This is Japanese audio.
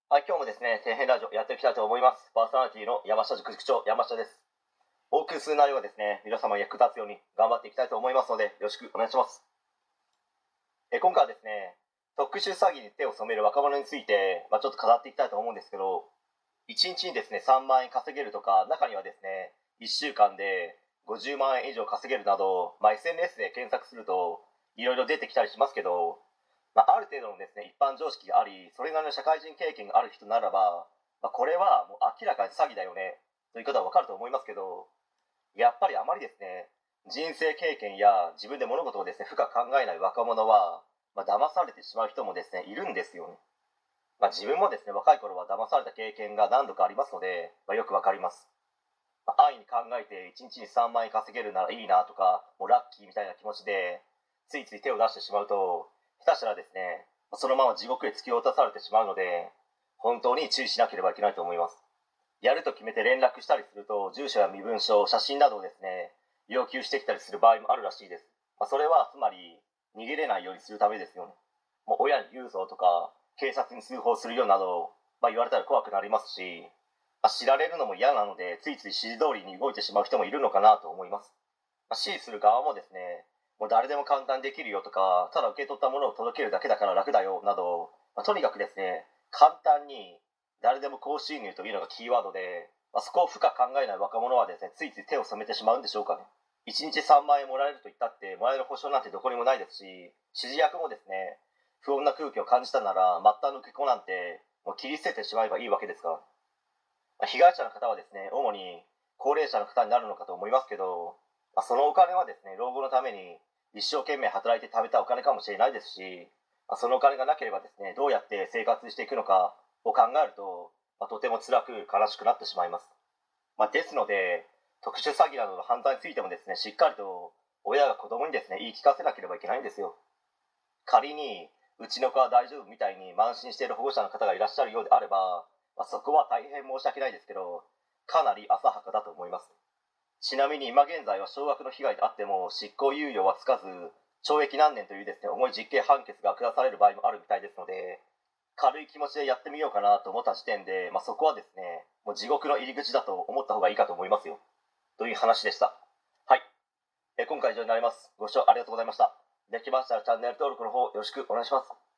はい、今日もですね、底辺ラジオやっていきたいと思います。パーソナリティの山下塾塾長、山下です。お送りする内容はですね、皆様に役立つように頑張っていきたいと思いますので、よろしくお願いします。今回はですね、特殊詐欺に手を染める若者について、ちょっと語っていきたいと思うんですけど、1日にですね、3万円稼げるとか、中にはですね、1週間で50万円以上稼げるなど、SNS で検索すると、いろいろ出てきたりしますけど、ある程度のですね、一般常識があり、それなりの社会人経験がある人ならば、これはもう明らかに詐欺だよね、ということはわかると思いますけど、やっぱりあまりですね、人生経験や自分で物事をですね、深く考えない若者は、騙されてしまう人もですね、いるんですよね。自分もですね、若い頃は騙された経験が何度かありますので、よくわかります。安易に考えて1日に3万円稼げるならいいなとか、もうラッキーみたいな気持ちで、ついつい手を出してしまうと、下手したらですね、そのまま地獄へ突き落とされてしまうので、本当に注意しなければいけないと思います。やると決めて連絡したりすると、住所や身分証、写真などをですね、要求してきたりする場合もあるらしいです。それはつまり、逃げれないようにするためですよね。もう親に言うぞとか、警察に通報するよなど、言われたら怖くなりますし、知られるのも嫌なので、ついつい指示通りに動いてしまう人もいるのかなと思います。指示する側もですね、もう誰でも簡単にできるよとか、ただ受け取ったものを届けるだけだから楽だよなど、とにかくですね、簡単に誰でも高収入というのがキーワードで、そこを深く考えない若者はですね、ついつい手を染めてしまうんでしょうかね。1日3万円もらえると言ったって、もらえる保証なんてどこにもないですし、指示役もですね、不穏な空気を感じたなら、末端の受け子なんてもう切り捨ててしまえばいいわけですから。被害者の方はですね、主に高齢者の方になるのかと思いますけど、そのお金はですね、老後のために一生懸命働いて貯めたお金かもしれないですし、そのお金がなければですね、どうやって生活していくのかを考えると、とても辛く悲しくなってしまいます。ですので、特殊詐欺などの犯罪についてもですね、しっかりと親が子供にですね、言い聞かせなければいけないんですよ。仮に、うちの子は大丈夫みたいに慢心している保護者の方がいらっしゃるようであれば、そこは大変申し訳ないですけど、かなり浅はかだと思います。ちなみに今現在は少額の被害であっても執行猶予はつかず、懲役何年というですね、重い実刑判決が下される場合もあるみたいですので、軽い気持ちでやってみようかなと思った時点で、そこはですね、もう地獄の入り口だと思った方がいいかと思いますよ。という話でした。はい。今回以上になります。ご視聴ありがとうございました。できましたらチャンネル登録の方よろしくお願いします。